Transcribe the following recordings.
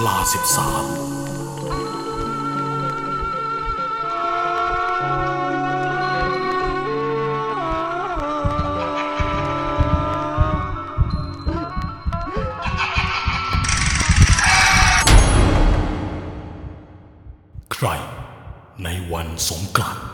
ลา13ใครในวันสงกรานต์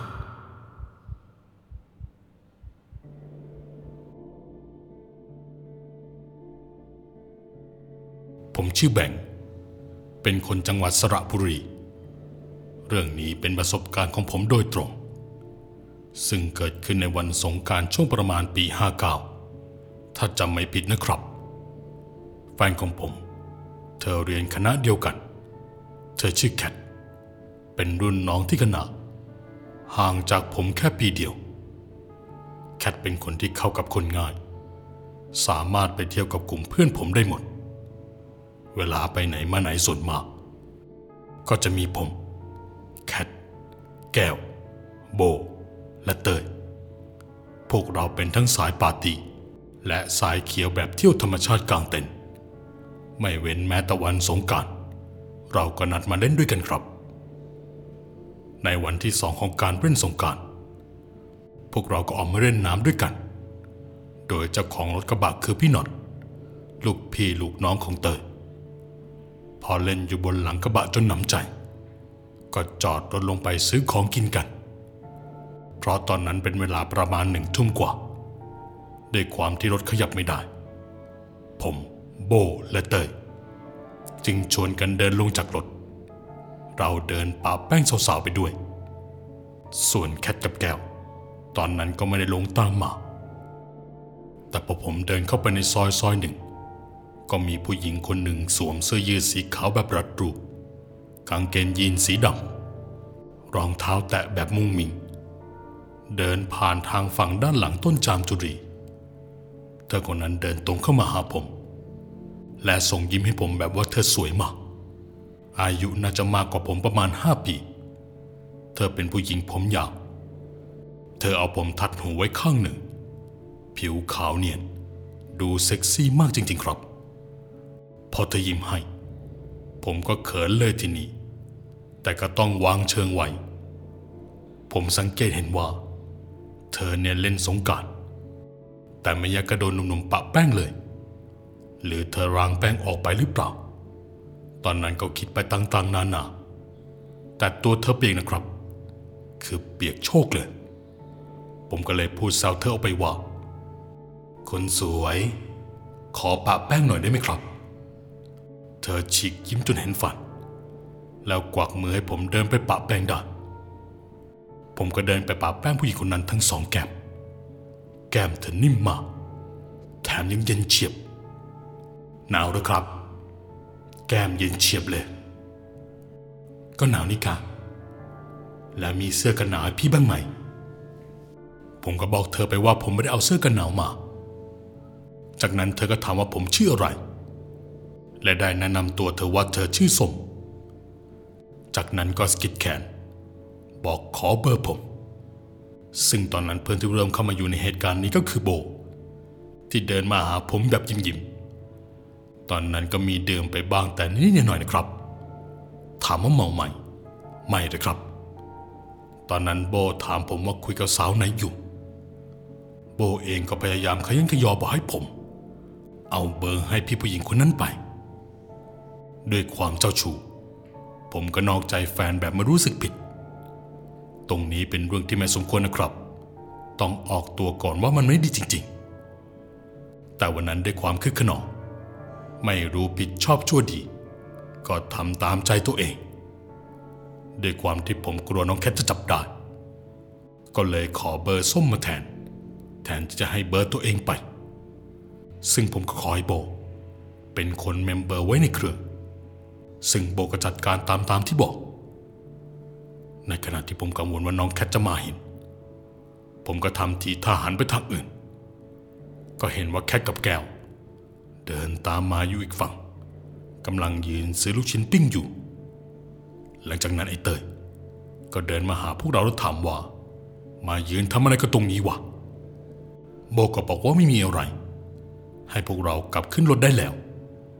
ผมชื่อแบงค์เป็นคนจังหวัดสระบุรีเรื่องนี้เป็นประสบการณ์ของผมโดยตรงซึ่งเกิดขึ้นในวันสงกรานต์ช่วงประมาณปี59ถ้าจำไม่ผิดนะครับแฟนของผมเธอเรียนคณะเดียวกันเธอชื่อแคทเป็นรุ่นน้องที่คณะห่างจากผมแค่ปีเดียวแคทเป็นคนที่เข้ากับคนง่ายสามารถไปเที่ยวกับกลุ่มเพื่อนผมได้หมดเวลาไปไหนมาไหนส่วนมากก็จะมีผมแคทแก้วโบและเตยพวกเราเป็นทั้งสายปาร์ตี้และสายเขียวแบบเที่ยวธรรมชาติกลางเต็นท์ไม่เว้นแม้แต่วันสงกรานต์เราก็นัดมาเล่นด้วยกันครับในวันที่2ของการเล่นสงกรานต์พวกเราก็ออกมาเล่นน้ำด้วยกันโดยเจ้าของรถกระบะคือพี่หนอดลูกพี่ลูกน้องของเตยพอเล่นอยู่บนหลังกระบะจนหนำใจก็จอดรถลงไปซื้อของกินกันเพราะตอนนั้นเป็นเวลาประมาณ1 ทุ่มกว่าด้วยความที่รถขยับไม่ได้ผมโบและเตยจึงชวนกันเดินลงจากรถเราเดินปะแป้งสาวๆไปด้วยส่วนแคทกับแก้วตอนนั้นก็ไม่ได้ลงตามมาแต่พอผมเดินเข้าไปในซอยหนึ่งก็มีผู้หญิงคนหนึ่งสวมเสื้อยืดสีขาวแบบรัดรูปกางเกงยีนสีดำรองเท้าแตะแบบมุ้งมิ้งเดินผ่านทางฝั่งด้านหลังต้นจามจุรีเธอคนนั้นเดินตรงเข้ามาหาผมและส่งยิ้มให้ผมแบบว่าเธอสวยมากอายุน่าจะมากกว่าผมประมาณ5 ปีเธอเป็นผู้หญิงผมยาวเธอเอาผมทัดหูไว้ข้างหนึ่งผิวขาวเนียนดูเซ็กซี่มากจริงๆครับพอเธอยิ้มให้ผมก็เขินเลยทีนี้แต่ก็ต้องวางเชิงไว้ผมสังเกตเห็นว่าเธอเนี่ยเล่นสงกรานต์แต่ไม่อยากกระโดนหนุ่มๆปะแป้งเลยหรือเธอรางแป้งออกไปหรือเปล่าตอนนั้นก็คิดไปต่างๆนานาแต่ตัวเธอเปียกนะครับคือเปียกโชกเลยผมก็เลยพูดแซวเธอออกไปว่าคนสวยขอปะแป้งหน่อยได้ไหมครับเธอฉีกยิ้มจนเห็นฟันแล้วกวักมือให้ผมเดินไปปะแป้งได้ผมก็เดินไปปะแป้งผู้หญิงคนนั้นทั้ง2 แก้มเธอนิ่มมากแถมยังเย็นเฉียบหนาวด้วยครับแก้มเย็นเฉียบเลยก็หนาวนี่กะแล้วมีเสื้อกันหนาวให้พี่บ้างไหมผมก็บอกเธอไปว่าผมไม่ได้เอาเสื้อกันหนาวมาจากนั้นเธอก็ถามว่าผมชื่ออะไรและได้แนะนำตัวเธอว่าเธอชื่อส้มจากนั้นก็สะกิดแขนบอกขอเบอร์ผมซึ่งตอนนั้นเพื่อนที่เริ่มเข้ามาอยู่ในเหตุการณ์นี้ก็คือโบที่เดินมาหาผมแบบยิ้มตอนนั้นก็มีดื่มไปบ้างแต่นิดหน่อยนะครับถามว่าเมาไหมไม่เลยครับตอนนั้นโบถามผมว่าคุยกับสาวไหนอยู่โบเองก็พยายามขยันขยอบอกให้ผมเอาเบอร์ให้พี่ผู้หญิงคนนั้นไปด้วยความเจ้าชู้ผมก็นอกใจแฟนแบบไม่รู้สึกผิดตรงนี้เป็นเรื่องที่ไม่สมควรนะครับต้องออกตัวก่อนว่ามันไม่ดีจริงๆแต่วันนั้นด้วยความคึกขนองไม่รู้ผิดชอบชั่วดีก็ทำตามใจตัวเองด้วยความที่ผมกลัวน้องแคทจะจับได้ก็เลยขอเบอร์ส้มมาแทนที่จะให้เบอร์ตัวเองไปซึ่งผมก็ขอให้โบเป็นคนเมมเบอร์ไว้ในเครื่องซึ่งโบก็จัดการตามที่บอกในขณะที่ผมกังวลว่าน้องแคทจะมาเห็นผมก็ทำทีท่าหันไปทางอื่นก็เห็นว่าแคทกับแก้วเดินตามมาอยู่อีกฝั่งกำลังยืนซื้อลูกชิ้นปิ้งอยู่หลังจากนั้นไอ้เตยก็เดินมาหาพวกเราแล้วถามว่ามายืนทำอะไรก็ตรงนี้วะโบก็บอกว่าไม่มีอะไรให้พวกเรากลับขึ้นรถได้แล้ว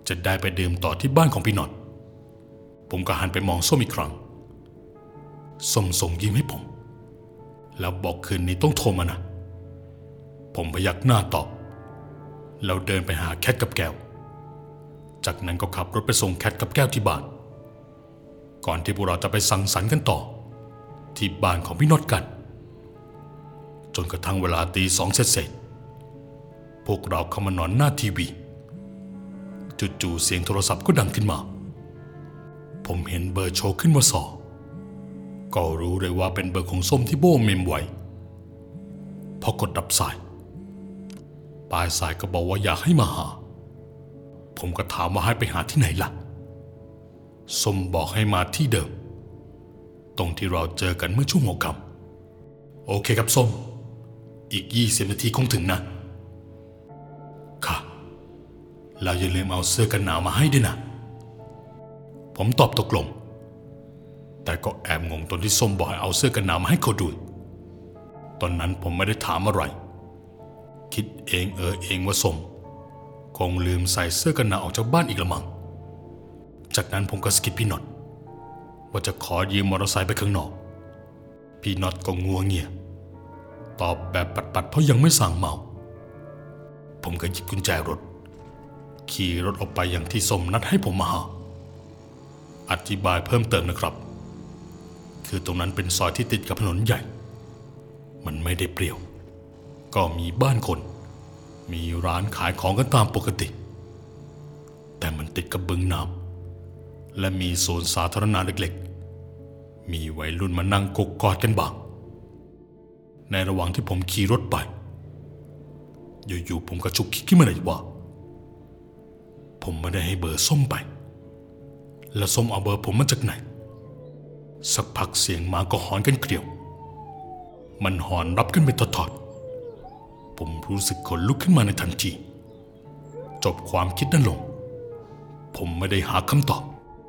จะได้ไปดื่มต่อที่บ้านของพี่น็อตผมก็หันไปมองส้มอีกครั้งส้มส่งยิ้มให้ผมแล้วบอกคืนนี้ต้องโทรมานะผมพยักหน้าตอบแล้วเดินไปหาแคทกับแก้วจากนั้นก็ขับรถไปส่งแคทกับแก้วที่บ้านก่อนที่พวกเราจะไปสังสรรค์กันต่อที่บ้านของพี่น็อตกันจนกระทั่งเวลาตี 2เสร็จพวกเราเข้ามานอนหน้าทีวีจู่ๆเสียงโทรศัพท์ก็ดังขึ้นมาผมเห็นเบอร์โชว์ขึ้นมาก็รู้เลยว่าเป็นเบอร์ของส้มที่โบ้เมมไว้พอกดรับสายปลายสายก็บอกว่าอยากให้มาหาผมก็ถามว่าให้ไปหาที่ไหนล่ะส้มบอกให้มาที่เดิมตรงที่เราเจอกันเมื่อช่วงหัวค่ำโอเคครับส้มอีก20 นาทีคงถึงนะค่ะแล้วอย่าลืมเอาเสื้อกันหนาวมาให้ด้วยนะผมตอบตกลงแต่ก็แอบงงตอนที่ส้มบอกให้เอาเสื้อกันหนาวมาให้เขาดูตอนนั้นผมไม่ได้ถามอะไรคิดเองว่าส้มคงลืมใส่เสื้อกันหนาวออกจากบ้านอีกละมั้งจากนั้นผมก็สกิปพี่น็อตว่าจะขอยืมมอเตอร์ไซค์ไปข้างนอกพี่น็อตก็งัวเงียตอบแบบปัดๆเพราะยังไม่สั่งเมาผมก็หยิบกุญแจรถขี่รถออกไปอย่างที่ส้มนัดให้ผมมาหาอธิบายเพิ่มเติมนะครับคือตรงนั้นเป็นซอยที่ติดกับถนนใหญ่มันไม่ได้เปลี่ยวก็มีบ้านคนมีร้านขายของกันตามปกติแต่มันติดกับบึงน้ำและมีสวนสาธารณะเล็กๆมีวัยรุ่นมานั่งกกกอดกันบ้างในระหว่างที่ผมขี่รถไปอยู่ๆผมก็ฉุกคิดขึ้นมาเลยว่าผมไม่ได้ให้เบอร์ส้มไปแล้วส้มเอาเบอร์ผมมาจากไหนสักพักเสียงหมาก็หอนกันเกลียวมันหอนรับขึ้นเป็นทอดๆผมรู้สึกขนลุกขึ้นมาในทันทีจบความคิดนั้นลงผมไม่ได้หาคำตอบ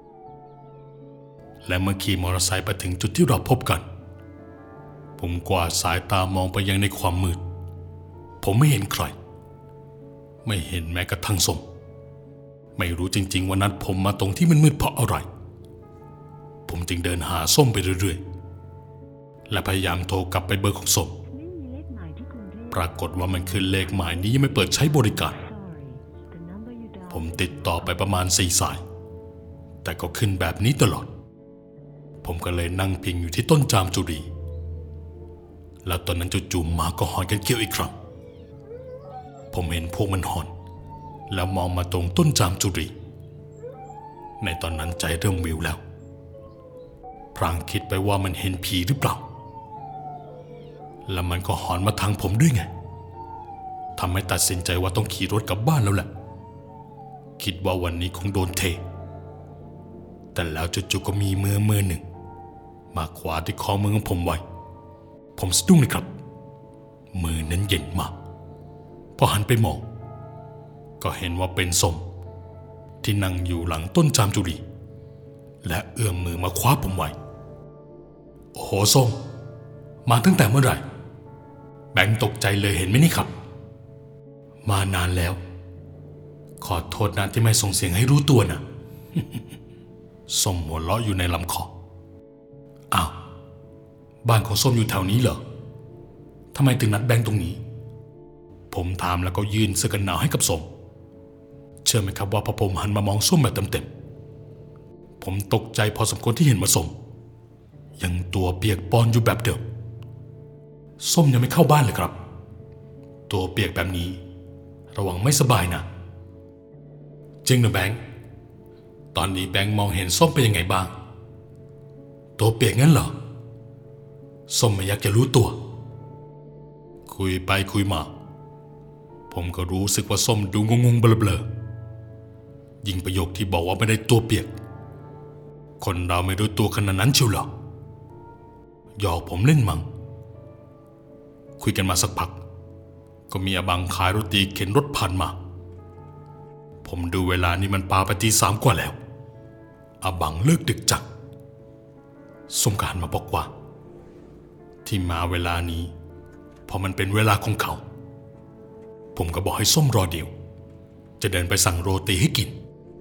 และเมื่อขี่มอเตอร์ไซค์ไปถึงจุดที่เราพบกันผมกวาดสายตามองไปยังในความมืดผมไม่เห็นใครไม่เห็นแม้กระทั่งส้มไม่รู้จริงๆว่านัดผมมาตรงที่มันมืดเพราะอะไรผมจึงเดินหาส้มไปเรื่อยๆและพยายามโทรกลับไปเบอร์ของส้มปรากฏว่ามันคือเลขหมายนี้ยังไม่เปิดใช้บริการผมติดต่อไปประมาณ4 สายแต่ก็ขึ้นแบบนี้ตลอดผมก็เลยนั่งพิงอยู่ที่ต้นจามจุรีแล้วตอนนั้นจู่ๆหมาก็หอนกันเกี้ยวอีกครั้งผมเห็นพวกมันหอนแล้วมองมาตรงต้นจามจุรีในตอนนั้นใจเริ่มวิวแล้วพลางคิดไปว่ามันเห็นผีหรือเปล่าแล้วมันก็หอนมาทางผมด้วยไงทำให้ตัดสินใจว่าต้องขี่รถกลับบ้านแล้วแหละคิดว่าวันนี้คงโดนเทแต่แล้วจู่ๆก็มีมือหนึ่งมาขวาที่คอมือของผมไว้ผมสะดุ้งเลยครับมือนั้นเย็นมากพอหันไปมองก็เห็นว่าเป็นส้มที่นั่งอยู่หลังต้นจามจุรีและเอื้อมมือมาคว้าผมไว้โอ้โหส้มมาตั้งแต่เมื่อไหร่แบงค์ตกใจเลยเห็นไหมนี่ครับมานานแล้วขอโทษนะที่ไม่ส่งเสียงให้รู้ตัวนะ ส้มหัวเราะอยู่ในลำคออ้าวบ้านของส้มอยู่แถวนี้เหรอทำไมถึงนัดแบงค์ตรงนี้ผมถามแล้วก็ยื่นเสื้อกันหนาวให้กับส้มเชื่อไหมครับว่าพอผมหันมามองส้มแบบเต็มๆผมตกใจพอสมควรที่เห็นว่าส้มยังตัวเปียกปอนอยู่แบบเดิมส้มยังไม่เข้าบ้านเลยครับตัวเปียกแบบนี้ระวังไม่สบายนะจริงนะแบงค์ตอนนี้แบงค์มองเห็นส้มเป็นยังไงบ้างตัวเปียกงั้นเหรอส้มไม่อยากจะรู้ตัวคุยไปคุยมาผมก็รู้สึกว่าส้มดูงงๆเบลอๆยิ่งประโยคที่บอกว่าไม่ได้ตัวเปียกคนเราไม่รู้ตัวขนาดนั้นเชียวเหรอหยอกผมเล่นมั้งคุยกันมาสักพักก็มีอาบังขายโรตีเข็นรถผ่านมาผมดูเวลานี่มันปาไปตี 3กว่าแล้วอาบังเลิกดึกจังส้มก็หันมาบอกว่าที่มาเวลานี้เพราะมันเป็นเวลาของเขาผมก็บอกให้ส้มรอเดี๋ยวจะเดินไปสั่งโรตีให้กิน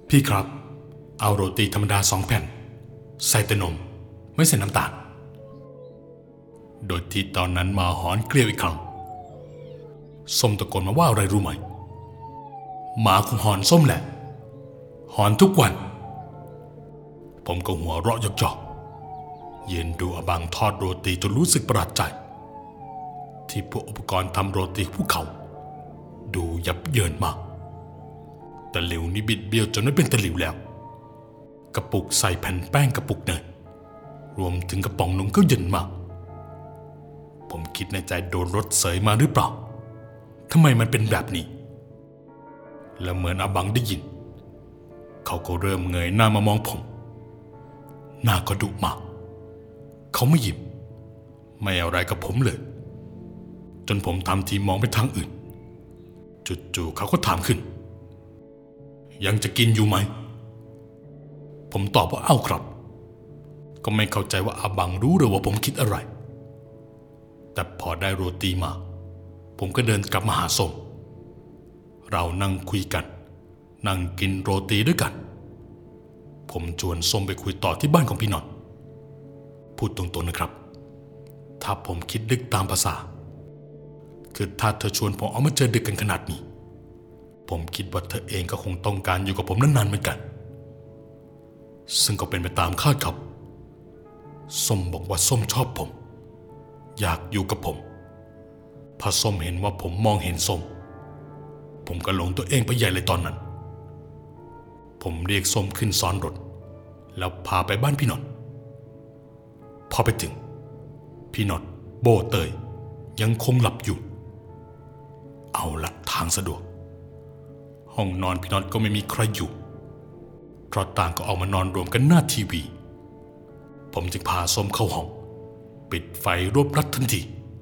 พี่ครับเอาโรตีธรรมดา2 แผ่นใส่แต่นมไม่ใส่น้ำตาลโดยที่ตอนนั้นมาหอนเกลียวอีกครั้งส้มตะโกนมาว่าอะไรรู้ไหมหมาของหอนส้มแหละหอนทุกวันผมก็หัวเราะหยอกๆยืนดูอาบังทอดโรตีจนรู้สึกประหลาดใจที่พวกอุปกรณ์ทำโรตีพวกเขาดูยับเยินมากตะหลิวนี่บิดเบี้ยวจนไม่เป็นตะหลิวแล้วกระปุกใส่แผ่นแป้งกระปุกเนยรวมถึงกระป๋องนมก็เย็นมากผมคิดในใจโดนรถเสยมาหรือเปล่าทำไมมันเป็นแบบนี้แล้วเหมือนอาบังได้ยินเขาก็เริ่มเงยหน้ามามองผมหน้าก็ดุมากเขาไม่ยิ้มไม่อะไรกับผมเลยจนผมทำทีมองไปทางอื่นจู่ๆเขาก็ถามขึ้นยังจะกินอยู่ไหมผมตอบว่าเอ้าครับก็ไม่เข้าใจว่าอาบังรู้หรือว่าผมคิดอะไรแต่พอได้โรตีมาผมก็เดินกลับมาหาส้มเรานั่งคุยกันนั่งกินโรตีด้วยกันผมชวนส้มไปคุยต่อที่บ้านของพี่นนท์พูดตรงๆนะครับถ้าผมคิดดึกตามภาษาคือถ้าเธอชวนผมเอามาเจอดึกกันขนาดนี้ผมคิดว่าเธอเองก็คงต้องการอยู่กับผมนานๆเหมือนกันซึ่งก็เป็นไปตามคาดครับส้มบอกว่าส้มชอบผมอยากอยู่กับผมพอส้มเห็นว่าผมมองเห็นส้มผมก็หลงตัวเองไปใหญ่เลยตอนนั้นผมเรียกส้มขึ้นซ้อนรถแล้วพาไปบ้านพี่นนท์พอไปถึงพี่นนท์โบเตยยังคงหลับอยู่เอาละทางสะดวกห้องนอนพี่นนท์ก็ไม่มีใครอยู่เพราะต่างก็ออกมานอนรวมกันหน้าทีวีผมจึงพาส้มเข้าห้องปิดไฟรวบรัดทันที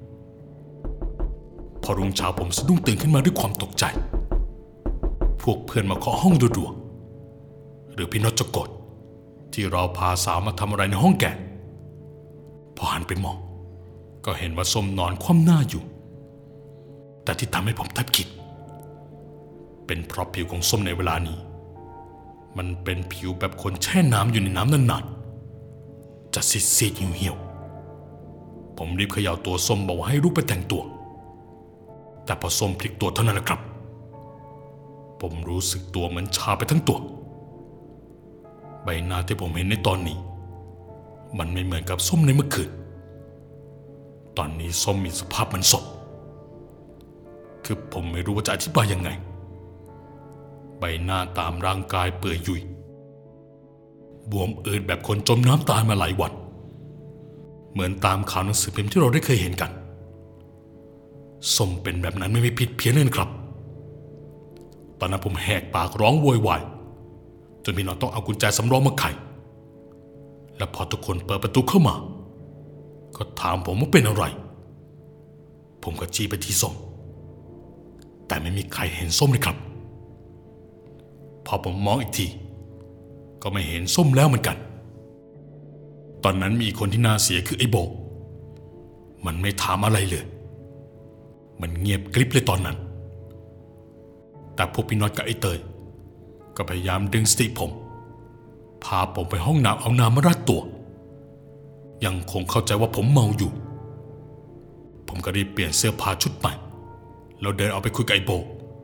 พอรุ่งเช้าผมสะดุ้งตื่นขึ้นมาด้วยความตกใจพวกเพื่อนมาเคาะห้องรัวๆหรือพี่นนท์จะโกรธที่เราพาสาวมาทำอะไรในห้องแกพอหันไปมองก็เห็นว่าส้มนอนคว่ำหน้าอยู่แต่ที่ทำให้ผมแทบคิดเป็นเพราะผิวของส้มในเวลานี้มันเป็นผิวแบบคนแช่น้ำอยู่ในน้ำนานๆจะซีดๆเหี่ยวๆผมรีบเขย่าตัวส้มบอกว่าให้ลุกไปแต่งตัวแต่พอส้มพลิกตัวเท่านั้นแหละครับผมรู้สึกตัวเหมือนชาไปทั้งตัวใบหน้าที่ผมเห็นในตอนนี้มันไม่เหมือนกับส้มในเมื่อคืนตอนนี้ส้มมีสภาพเหมือนศพคือผมไม่รู้ว่าจะอธิบายยังไงใบหน้าตามร่างกายเปื่อยยุ่ยบวมอืดแบบคนจมน้ำตายมาหลายวันเหมือนตามข่าวหนังสือพิมพ์ที่เราได้เคยเห็นกันส้มเป็นแบบนั้นไม่ผิดเพี้ยนเลยครับตอนนั้นผมแหกปากร้องโวยวายจนพี่น้องต้องเอากุญแจสำรองมาไขและพอทุกคนเปิดประตูเข้ามาก็ถามผมว่าเป็นอะไรผมก็ชี้ไปที่ส้มแต่ไม่มีใครเห็นส้มเลยครับพอผมมองอีกทีก็ไม่เห็นส้มแล้วเหมือนกันตอนนั้นมีคนที่น่าเสียคือไอ้โบมันไม่ถามอะไรเลยมันเงียบกริบเลยตอนนั้นแต่พวกพี่น็อตกับไอ้เตยก็พยายามดึงสติผมพาผมไปห้องน้ำเอาน้ำมาราดตัวยังคงเข้าใจว่าผมเมาอยู่ผมก็รีบเปลี่ยนเสื้อผ้าชุดใหม่แล้วเดินเอาไปคุยกับไอ้โบ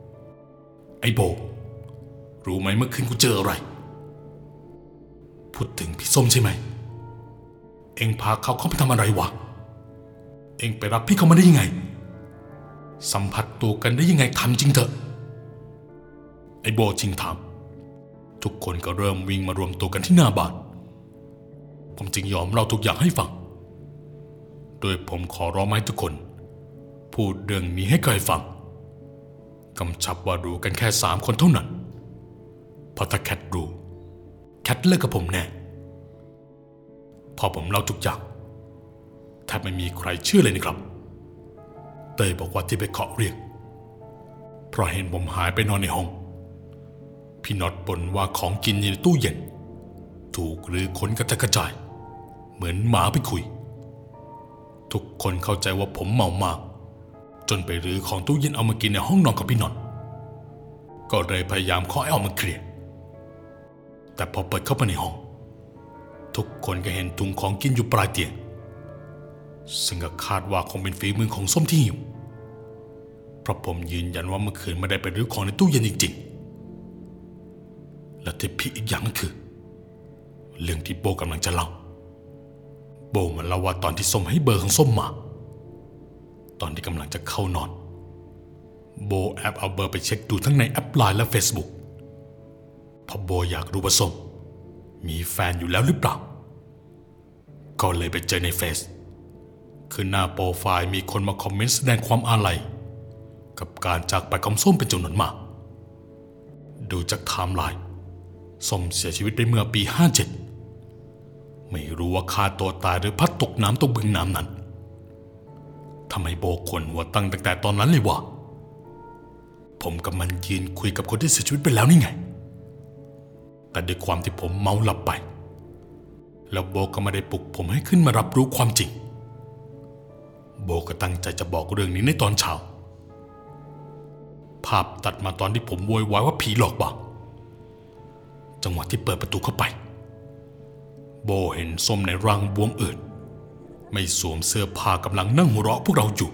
รู้ไหมเมื่อคืนกูเจออะไรพูดถึงพี่ส้มใช่ไหมเอ็งพาเขาไปทำอะไรวะเอ็งไปรับพี่เขามาได้ยังไงสัมผัสตัวกันได้ยังไงทำจริงเถอะไอ้โบจริงถามทุกคนก็เริ่มวิ่งมารวมตัวกันที่หน้าบ้านผมจึงยอมเล่าทุกอย่างให้ฟังโดยผมขอร้องให้ทุกคนพูดเรื่องนี้ให้ใครฟังกำชับว่ารู้กันแค่3 คนเท่านั้นเพราะถ้าแคทรู้แคทเลิกกับผมแน่พอผมเล่าทุกอย่างแทบไม่มีใครเชื่อเลยนะครับเตยบอกว่าที่ไปเคาะเรียกเพราะเห็นผมหายไปนอนในห้องพี่น็อตบ่นว่าของกินในตู้เย็นถูกรื้อค้นกระจายกระจายเหมือนหมาไปคุยทุกคนเข้าใจว่าผมเมามากจนไปรื้อของตู้เย็นเอามากินในห้องนอนกับพี่น็อตก็เลยพยายามขอให้ออกมาเคลียร์แต่พอเปิดเข้าไปในห้องทุกคนก็เห็นถุงของกินอยู่ปลายเตียงซึ่งก็คาดว่าคงเป็นฝีมือของส้มที่หิวเพราะผมยืนยันว่าเมื่อคืนไม่ได้ไปรื้อของในตู้เย็นจริงๆและที่พีคอีกอย่างก็คือเรื่องที่โบกำลังจะเล่าโบมันเล่าว่าตอนที่ส้มให้เบอร์ของส้มมาตอนที่กำลังจะเข้านอนโบแอบเอาเบอร์ไปเช็คดูทั้งในแอปไลน์และ Facebook เพราะโบอยากรู้ว่าส้มมีแฟนอยู่แล้วหรือเปล่าก็เลยไปเจอในเฟซคือหน้าโปรไฟล์มีคนมาคอมเมนต์แสดงความอาลัยกับการจากไปของส้มเป็นจำนวนมากดูจากไทม์ไลน์ส้มเสียชีวิตไปเมื่อปี 57ไม่รู้ว่าฆ่าตัวตายหรือพลัดตกน้ำตกบึงน้ำนั้นทำไมโบควรหัวตั้งแต่ตอนนั้นเลยว่าผมกับมันยืนคุยกับคนที่เสียชีวิตไปแล้วนี่ไงแต่ด้วยความที่ผมเมาหลับไปแล้วโบก็ไม่ได้ปลุกผมให้ขึ้นมารับรู้ความจริงโบก็ตั้งใจจะบอกเรื่องนี้ในตอนเช้าภาพตัดมาตอนที่ผมโวยวายว่าผีหลอกบ้าจังหวะที่เปิดประตูเข้าไปโบเห็นส้มในร่างบวมอืดไม่สวมเสื้อผ้ากำลังนั่งหัวเราะพวกเราอยู่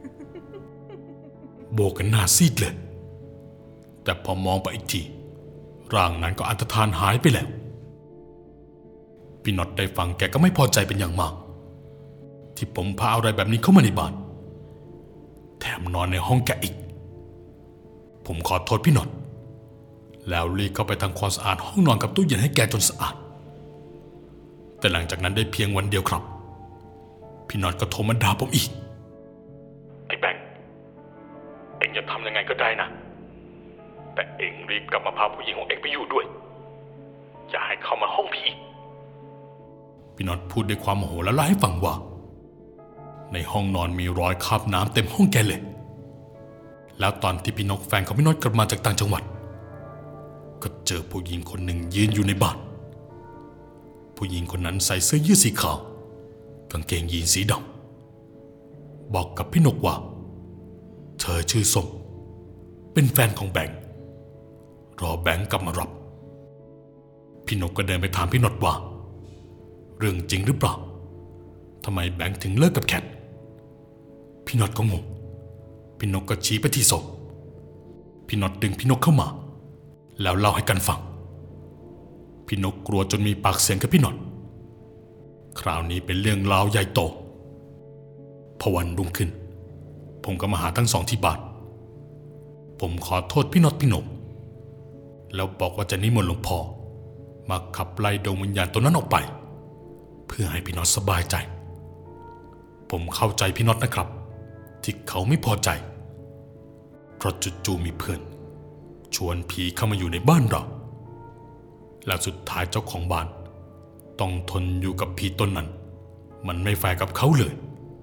โบก็หน้าซีดเลยแต่พอมองไปอีกทีร่างนั้นก็อันตรธานหายไปแล้วพี่น็อตได้ฟังแกก็ไม่พอใจเป็นอย่างมากที่ผมพาอะไรแบบนี้เข้ามาในบ้านแถมนอนในห้องแกอีกผมขอโทษพี่น็อตแล้วรีบเข้าไปทำความสะอาดห้องนอนกับตู้เย็นให้แกจนสะอาดแต่หลังจากนั้นได้เพียงวันเดียวครับพี่น็อตก็โทรมาด่าผมอีกไอ้แบงค์เอ็งจะทำยังไงก็ได้นะแต่เอ็งรีบกลับมาพาผู้หญิงของเอ็งไปอยู่ด้วยอย่าให้เข้ามาห้องพี่พี่น็อตพูดด้วยความโมโหแล้วเล่าให้ฟังว่าในห้องนอนมีรอยคราบน้ำเต็มห้องแกเลยแล้วตอนที่พี่นกแฟนของพี่น็อตกลับมาจากต่างจังหวัดก็เจอผู้หญิงคนหนึ่งยืนอยู่ในบ้านผู้หญิงคนนั้นใส่เสื้อยืดสีขาวกางเกงยีนสีดำบอกกับพี่นกว่าเธอชื่อส้มเป็นแฟนของแบงค์รอแบงค์กลับมารับพี่นกก็เดินไปถามพี่น็อตว่าเรื่องจริงหรือเปล่าทำไมแบงค์ถึงเลิกกับแคทพี่น็อตก็งงพี่นกก็ชี้ไปที่ศพพี่น็อตดึงพี่นกเข้ามาแล้วเล่าให้กันฟังพี่นกกลัวจนมีปากเสียงกับพี่น็อตคราวนี้เป็นเรื่องราวใหญ่โตพอวันรุ่งขึ้นผมก็มาหาทั้งสองที่บ้านผมขอโทษพี่น็อตพี่นกแล้วบอกว่าจะนิมนต์หลวงพ่อมาขับไล่ดวงวิญญาณตัวนั้นออกไปเพื่อให้พี่น็อตสบายใจผมเข้าใจพี่น็อตนะครับที่เขาไม่พอใจเพราะจู่ๆมีเพื่อนชวนผีเข้ามาอยู่ในบ้านเราและสุดท้ายเจ้าของบ้านต้องทนอยู่กับผีต้นนั้นมันไม่แฟร์กับเขาเลย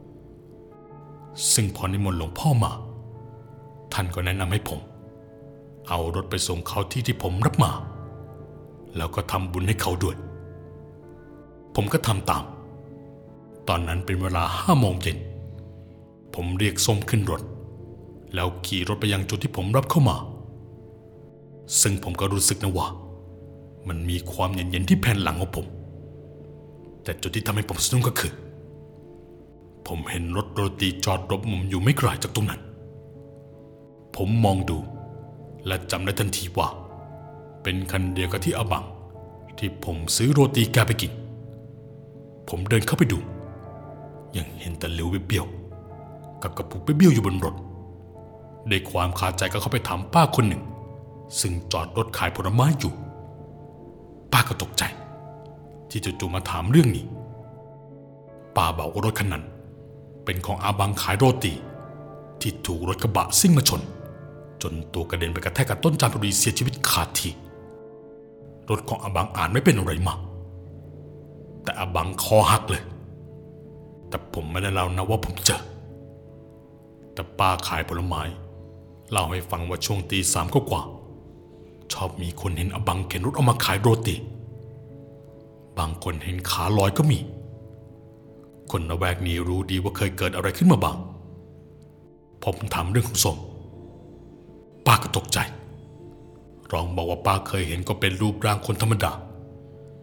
ซึ่งพอนิมนต์หลวงพ่อมาท่านก็แนะนำให้ผมเอารถไปส่งเขาที่ผมรับมาแล้วก็ทำบุญให้เขาด้วยผมก็ทำตามตอนนั้นเป็นเวลา5 โมงเย็นผมเรียกส้มขึ้นรถแล้วขี่รถไปยังจุดที่ผมรับเข้ามาซึ่งผมก็รู้สึกนะว่ามันมีความเย็นๆที่แผ่นหลังของผมแต่จุดที่ทำให้ผมสะดุ้งก็คือผมเห็นรถโรตีจอดรบมุมอยู่ไม่ไกลจากตรงนั้นผมมองดูและจำได้ทันทีว่าเป็นคันเดียวกับที่อาบังที่ผมซื้อโรตีแกไปกินผมเดินเข้าไปดูยังเห็นแต่เหลวเบี้ยวกับกระปุกเบี้ยวอยู่บนรถด้วยความคาใจก็เข้าไปถามป้าคนหนึ่งซึ่งจอดรถขายผลไม้อยู่ป้าก็ตกใจที่จู่ๆมาถามเรื่องนี้ป้าบอกว่ารถคันนั้นเป็นของอาบังขายโรตีที่ถูกรถกระบะซิ่งมาชนจนตัวกระเด็นไปกระแทกกับต้นจามจุรีเสียชีวิตขาดที่รถของอาบังอ่านไม่เป็นอะไรมากแต่อาบังคอหักเลยแต่ผมไม่ได้เล่านะว่าผมเจอแต่ป้าขายผลไม้เล่าให้ฟังว่าช่วงตี 3กว่าชอบมีคนเห็นอาบังเข็นรถออกมาขายโรตีบางคนเห็นขาลอยก็มีคนละแวกนี้รู้ดีว่าเคยเกิดอะไรขึ้นมาบ้างผมถามเรื่องของส้มป้าก็ตกใจรองบอกว่าป้าเคยเห็นก็เป็นรูปร่างคนธรรมดา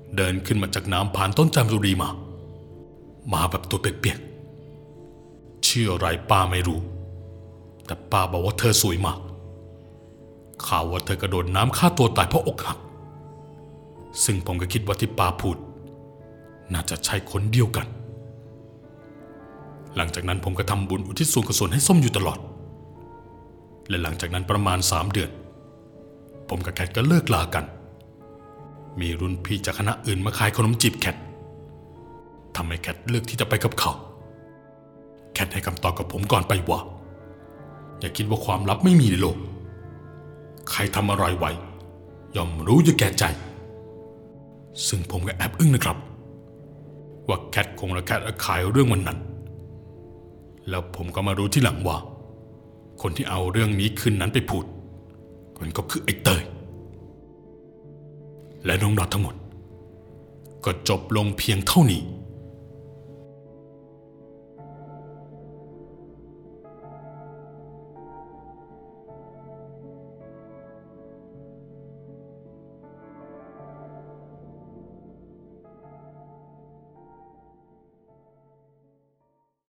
เดินขึ้นมาจากน้ำผ่านต้นจามจุรีมาแบบตัวเปียกๆชื่ออะไรป้าไม่รู้แต่ป้าบอกว่าเธอสวยมากข่าวว่าเธอกระโดดน้ำฆ่าตัวตายเพราะอกหักซึ่งผมก็คิดว่าที่ป้าพูดน่าจะใช่คนเดียวกันหลังจากนั้นผมก็ทำบุญอุทิศส่วนกุศลให้ส้มอยู่ตลอดและหลังจากนั้นประมาณ3 เดือนผมกับแคทก็เลิกลากันมีรุ่นพี่จากคณะอื่นมาขายขนมจีบแคททำให้แคทเลือกที่จะไปกับเขาแคทให้คำตอบกับผมก่อนไปว่าอย่าคิดว่าความลับไม่มีในโลกใครทำอะไรไว้ย่อมรู้อยู่แก่ใจซึ่งผมก็แอบอึ้งนะครับว่าแคทคงระแคะระคายเรื่องวันนั้นแล้วผมก็มารู้ที่หลังว่าคนที่เอาเรื่องนี้คืนนั้นไปพูดมันก็คือไอ้เตยและน้องดอททั้งหมดก็จบลงเพียงเท่านี้